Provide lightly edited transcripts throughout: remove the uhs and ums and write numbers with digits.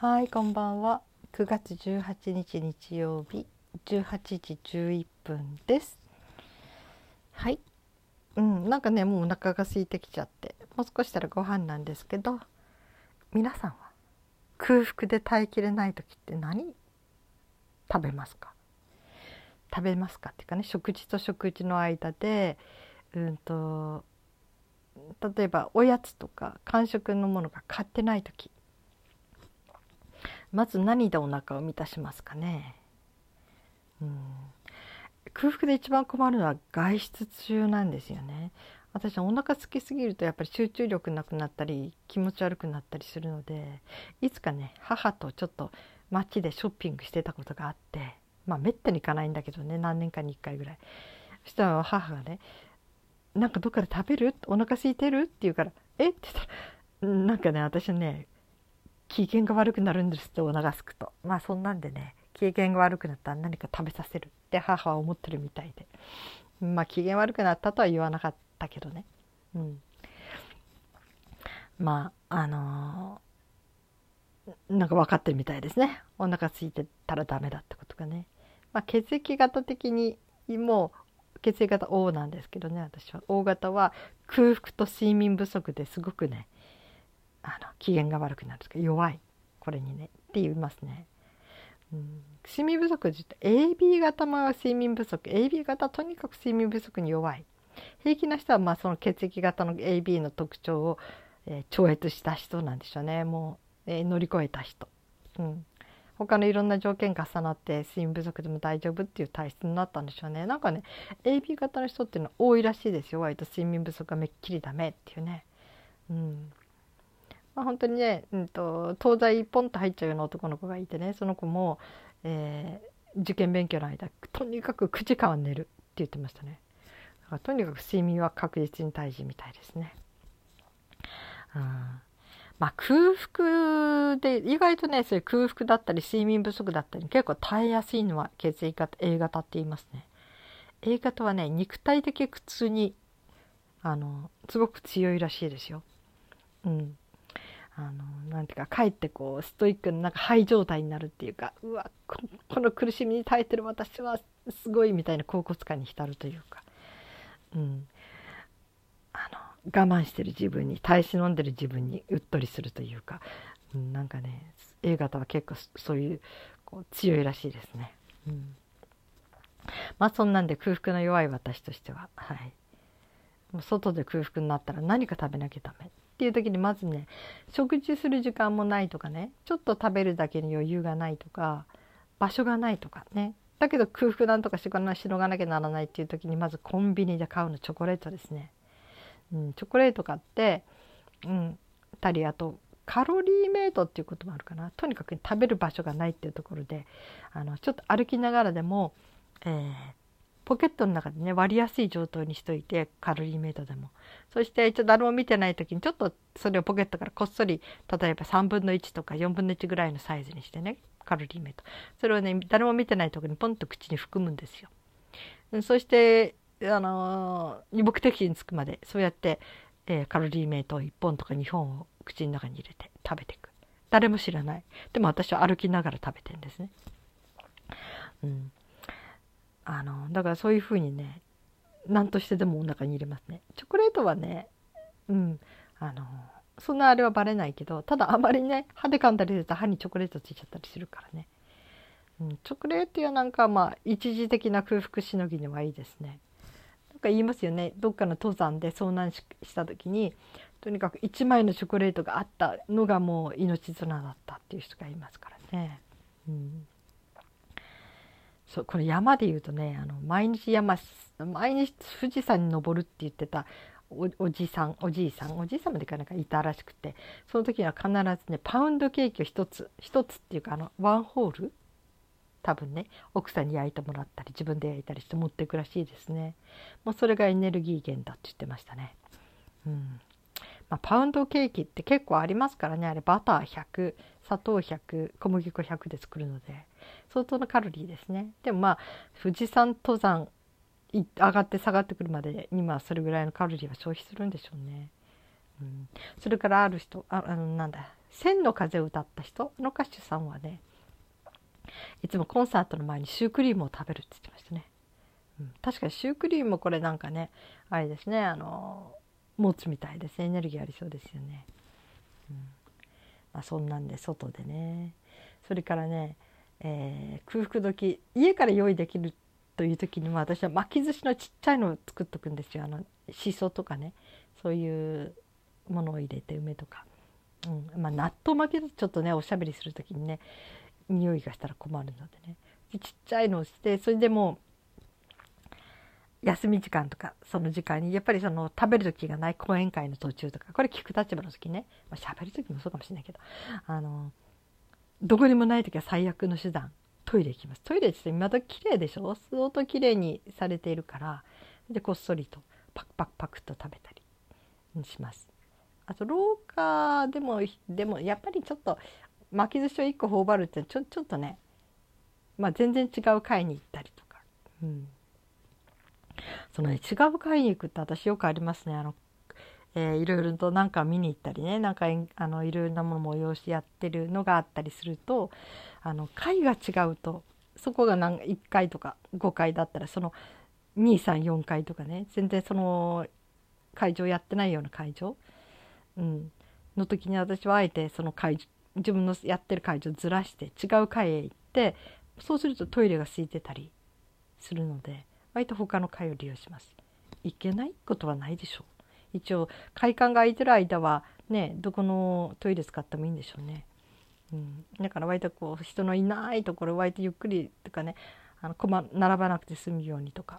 はい、こんばんは。9月18日日曜日18時11分です。はい、なんかね、もうお腹が空いてきちゃって、もう少したらご飯なんですけど、皆さんは空腹で耐えきれない時って何食べますか？食べますかっていうかね、食事と食事の間で、うんと例えばおやつとか間食のものが買ってない時、まず何でお腹を満たしますかね？空腹で一番困るのは外出中なんですよね。私はお腹空きすぎるとやっぱり集中力なくなったり気持ち悪くなったりするので、いつかね母とちょっと街でショッピングしてたことがあって、めったに行かないんだけどね、何年かに1回ぐらい。そしたら母がね、なんかどっかで食べる？お腹空いてる？って言うから、えって言ったら、なんかね、私ね、機嫌が悪くなるんですって、お腹すくと。そんなんでね、機嫌が悪くなったら何か食べさせるって母は思ってるみたいで、機嫌悪くなったとは言わなかったけどね。うん、まあなんか分かってるみたいですね。お腹空いてたらダメだってことがね。血液型的にもう血液型 O なんですけどね、私は O 型は空腹と睡眠不足ですごくね、機嫌が悪くなるんですけど、弱いこれにねって言いますね。睡眠不足で言うと AB 型も睡眠不足、 AB 型はとにかく睡眠不足に弱い。平気な人はその血液型の AB の特徴を、超越した人なんでしょうね。もう、乗り越えた人、他のいろんな条件重なって睡眠不足でも大丈夫っていう体質になったんでしょうね。なんかね AB 型の人っていうのは多いらしいですよ。割と睡眠不足がめっきりダメっていうね。本当にね、東大ポンと入っちゃうような男の子がいてね、その子も、受験勉強の間とにかく9時間は寝るって言ってましたね。だからとにかく睡眠は確実に大事みたいですね。空腹で意外とね、そういう空腹だったり睡眠不足だったり結構耐えやすいのは血液型 A 型って言いますね。A 型はね、肉体的苦痛にすごく強いらしいですよ。なんていうか、かえってこうストイックな、なんか肺状態になるっていうか、うわ、この苦しみに耐えてる私はすごいみたいな恍惚感に浸るというか、我慢してる自分に、耐え忍んでる自分にうっとりするというか、なんかね A 型は結構そういう、強いらしいですね。そんなんで空腹の弱い私としては、もう外で空腹になったら何か食べなきゃダメっていう時に、まずね、食事する時間もないとかね、ちょっと食べるだけに余裕がないとか、場所がないとかね、だけど空腹なんとかしのがなきゃならないっていう時に、まずコンビニで買うのチョコレートですね。チョコレート買って、たり、あとカロリーメイトっていうこともあるかな。とにかく食べる場所がないっていうところで、ちょっと歩きながらでも、ポケットの中でね割りやすい状態にしといて、カロリーメイトでも。そして誰も見てない時にちょっとそれをポケットからこっそり、例えば3分の1とか4分の1ぐらいのサイズにしてね、カロリーメイト、それをね誰も見てないところにポンと口に含むんですよ。そして目的地に着くまでそうやって、カロリーメイトを1本とか2本を口の中に入れて食べていく。誰も知らない。でも私は歩きながら食べてるんですね。だからそういうふうにね、何としてでもお腹に入れますね。チョコレートはね、そんなあれはバレないけど、ただあまりね歯で噛んだりすると歯にチョコレートついちゃったりするからね。チョコレートやなんか一時的な空腹しのぎにはいいですね。なんか言いますよね、どっかの登山で遭難した時に、とにかく1枚のチョコレートがあったのがもう命綱だったっていう人がいますからね。そうこれ山で言うとね、毎日富士山に登るって言ってたおじいさんまでかなんかいたらしくて、その時には必ずねパウンドケーキを一つっていうか、ワンホール多分ね、奥さんに焼いてもらったり自分で焼いたりして持っていくらしいですね。もうそれがエネルギー源だって言ってましたね。パウンドケーキって結構ありますからね。あれバター100、砂糖100、小麦粉100で作るので相当なカロリーですね。でも富士山登山上がって下がってくるまでにそれぐらいのカロリーは消費するんでしょうね。それからある人、なんだ、 千の風を歌った人の歌手さんはね、いつもコンサートの前にシュークリームを食べるって言ってましたね。確かにシュークリームもこれなんかね、あれですね、持つみたいです。エネルギーありそうですよね。そんなんで外でね、それからね、空腹時、家から用意できるという時にも私は巻き寿司のちっちゃいのを作っとくんですよ。しそとかね、そういうものを入れて、梅とか、納豆巻きだとちょっとねおしゃべりする時にね匂いがしたら困るのでね、ちっちゃいのをして、それでも休み時間とかその時間にやっぱりその食べる時がない講演会の途中とか、これ聞く立場の時ね、喋る時もそうかもしれないけど、どこにもない時は最悪の手段、トイレ行きます。トイレって今時綺麗でしょ、相当綺麗にされているから、でこっそりとパクパクパクっと食べたりします。あと廊下でもやっぱりちょっと巻き寿司を1個頬張るってちょっとね、全然違う会に行ったりとか、そのね、違う会に行くって私よくありますね。いろいろとなんか見に行ったりね、なんかいろいろなもの催しやってるのがあったりすると、会が違うと、そこが1回とか5回だったら、その2、3、4回とかね、全然その会場やってないような会場、の時に私はあえてその自分のやってる会場をずらして違う会へ行って、そうするとトイレが空いてたりするので、割と他の会を利用します。いけないことはないでしょう。一応会館が空いてる間はね、どこのトイレ使ってもいいんでしょうね。だから割とこう人のいないところ、割とゆっくりとかね、並ばなくて済むようにとか、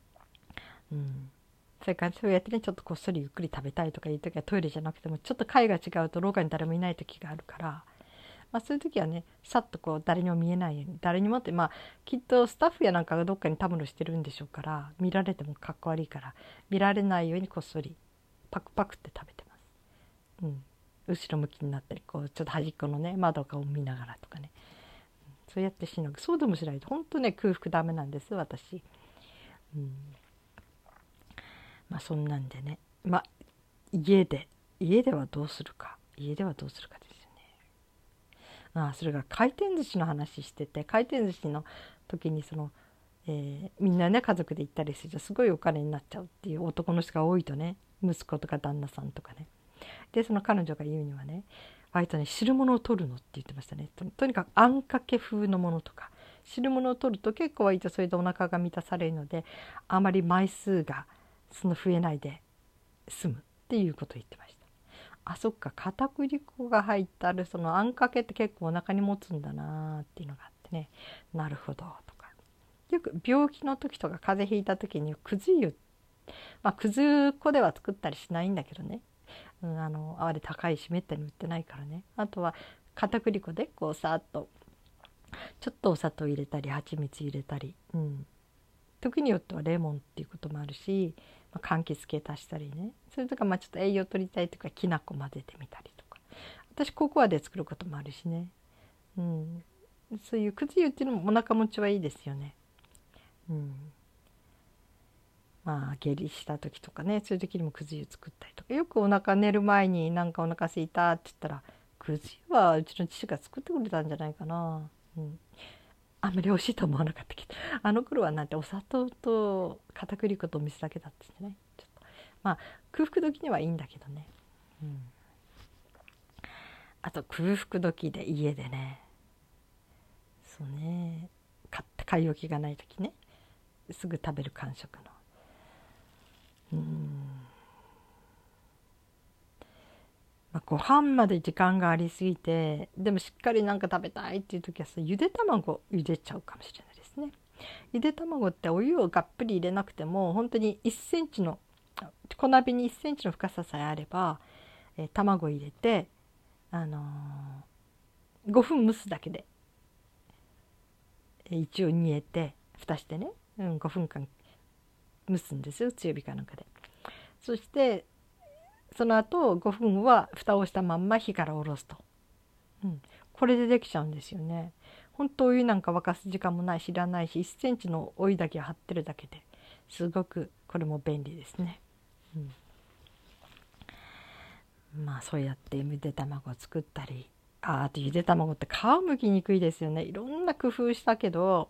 それからそうやってね、ちょっとこっそりゆっくり食べたいとかいう時はトイレじゃなくても、ちょっと会が違うと廊下に誰もいない時があるから、そういう時はね、さっとこう誰にも見えないように、誰にもって、きっとスタッフやなんかがどっかにたむろしてるんでしょうから、見られてもかっこ悪いから見られないようにこっそりパクパクって食べてます。後ろ向きになったり、こうちょっと端っこのね窓を見ながらとかね、そうやってしのぐ。そうでもしないと本当ね、空腹ダメなんです私。そんなんでね、家ではどうするかですよね。それが回転寿司の話してて、回転寿司の時にみんなね家族で行ったりするとすごいお金になっちゃうっていう男の人が多いとね、息子とか旦那さんとかね。でその彼女が言うにはね、割とね汁物を取るのって言ってましたね。とにかくあんかけ風のものとか汁物を取ると結構割とそれでお腹が満たされるので、あまり枚数が増えないで済むっていうことを言ってました。そっか、片栗粉が入ってあるそのあんかけって結構お腹に持つんだなっていうのがあってね、なるほどとか。よく病気の時とか風邪ひいた時にくず湯、くず粉では作ったりしないんだけどね、あれ高いしめったに売ってないからね、あとは片栗粉でこうさっとちょっとお砂糖入れたり蜂蜜入れたり、時によってはレモンっていうこともあるし、柑橘系足したりね、それとかちょっと栄養取りたいとかきな粉混ぜてみたりとか、私ココアで作ることもあるしね、そういうくず湯っていうのもお腹持ちはいいですよね。下痢した時とかね、そういう時にもくず湯作ったりとか、よくお腹寝る前になんかお腹空いたって言ったら、くず湯はうちの父が作ってくれたんじゃないかな。あんまり美味しいと思わなかったけど、あの頃はなんてお砂糖と片栗粉とお水だけだったんでね、ちょっと空腹時にはいいんだけどね。あと空腹時で家でね、そうね、買い置きがない時ね、すぐ食べる間食の、ご飯まで時間がありすぎて、でもしっかりなんか食べたいっていう時はゆで卵茹でちゃうかもしれないですね。ゆで卵ってお湯をがっぷり入れなくても、本当に1センチの小鍋に1センチの深ささえあれば、卵入れて、5分蒸すだけで、一応煮えて蓋してね、5分間蒸すんですよ、強火かなんかで。そしてその後5分は蓋をしたまんま火から下ろすと、これでできちゃうんですよね。本当お湯なんか沸かす時間もないしいらないし、1センチのお湯だけ張ってるだけですごくこれも便利ですね。 まあそうやってゆで卵を作ったり、あとゆで卵って皮むきにくいですよね。いろんな工夫したけど、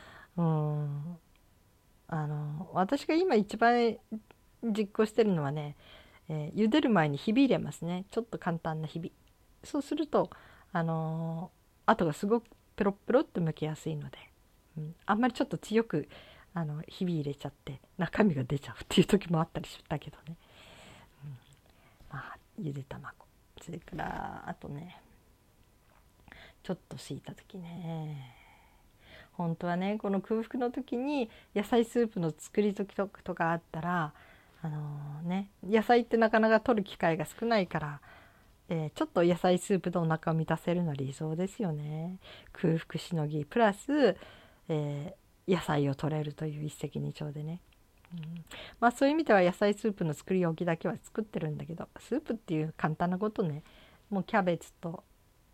私が今一番実行してるのはね、茹でる前にひび入れますね。ちょっと簡単なひび。そうすると後がすごくペロッペロって剥きやすいので、あんまりちょっと強くひび入れちゃって中身が出ちゃうっていう時もあったりしたけどね、まあゆで卵、それからあとね、ちょっと敷いた時ね、本当はねこの空腹の時に野菜スープの作り時とかあったら野菜ってなかなか取る機会が少ないから、ちょっと野菜スープでお腹を満たせるの理想ですよね。空腹しのぎプラス、野菜を取れるという一石二鳥でね、まあそういう意味では野菜スープの作り置きだけは作ってるんだけど、スープっていう簡単なことね、もうキャベツと、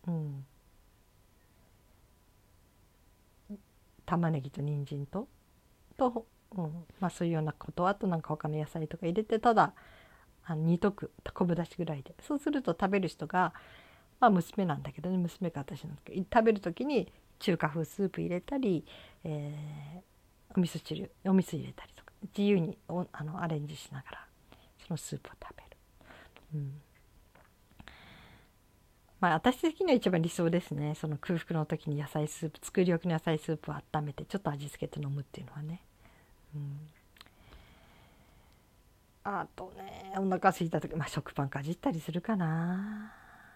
玉ねぎと人参と、まあそういうようなこと、あとなんか他の野菜とか入れて、ただ煮とく、昆布だしぐらいで。そうすると食べる人が、まあ娘なんだけどね、娘か私なんだけど、食べる時に中華風スープ入れたり、お味噌入れたりとか自由にアレンジしながらそのスープを食べる。まあ私的には一番理想ですね。その空腹の時に野菜スープ、作り置きの野菜スープを温めてちょっと味付けて飲むっていうのはね。あとね、お腹空いた時、まあ食パンかじったりするかな。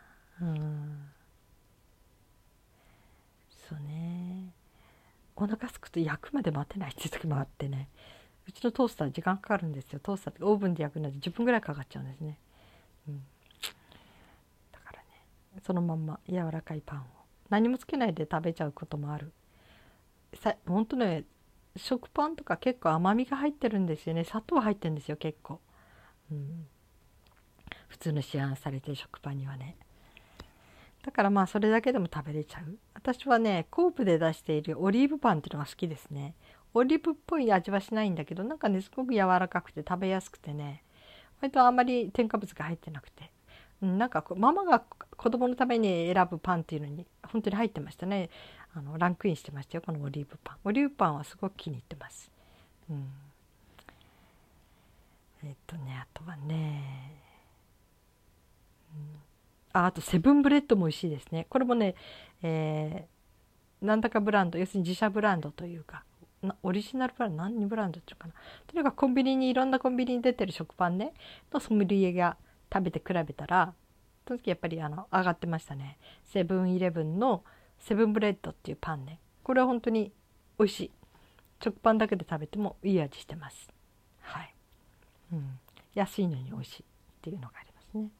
そうね。お腹すくと焼くまで待てないっていう時もあってね。うちのトースター時間かかるんですよ。トースターってオーブンで焼くので10分ぐらいかかっちゃうんですね。だからね、そのまんま柔らかいパンを何もつけないで食べちゃうこともある。ほんとね、食パンとか結構甘みが入ってるんですよね。砂糖入ってるんですよ結構。普通の市販されてる食パンにはね。だからまあそれだけでも食べれちゃう。私はね、コープで出しているオリーブパンっていうのが好きですね。オリーブっぽい味はしないんだけど、なんかねすごく柔らかくて食べやすくてね、割とあんまり添加物が入ってなくて、なんかママが子供のために選ぶパンっていうのに本当に入ってましたね。ランクインしてましたよ、このオリーブパン。オリーブパンはすごく気に入ってます。あとはね、あとセブンブレッドも美味しいですね。これもね、なんだかブランド、要するに自社ブランドというか、オリジナルブランド、何ブランドっていうかな。とにかくコンビニに、いろんなコンビニに出てる食パンね、のソムリエが食べて比べたら、その時やっぱり上がってましたね。セブンイレブンのセブンブレッドっていうパンね。これは本当に美味しい。食パンだけで食べてもいい味してます。はい。安いのに美味しいっていうのがありますね。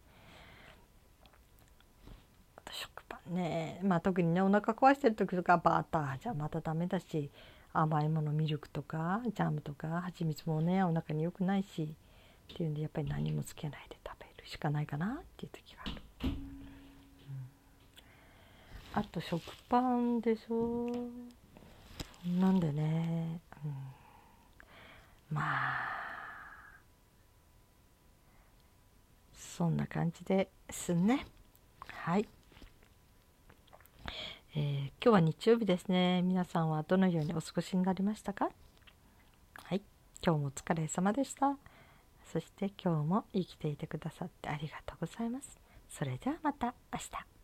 あと食パンね、まあ特にねお腹壊してる時とかバターじゃまたダメだし、甘いものミルクとかジャムとか蜂蜜もねお腹に良くないしっていうんで、やっぱり何もつけないで食べるしかないかなっていう時がある。あと食パンでしょ。なんでね、まあそんな感じですね。はい。今日は日曜日ですね。皆さんはどのようにお過ごしになりましたか？はい。今日もお疲れ様でした。そして今日も生きていてくださってありがとうございます。それではまた明日。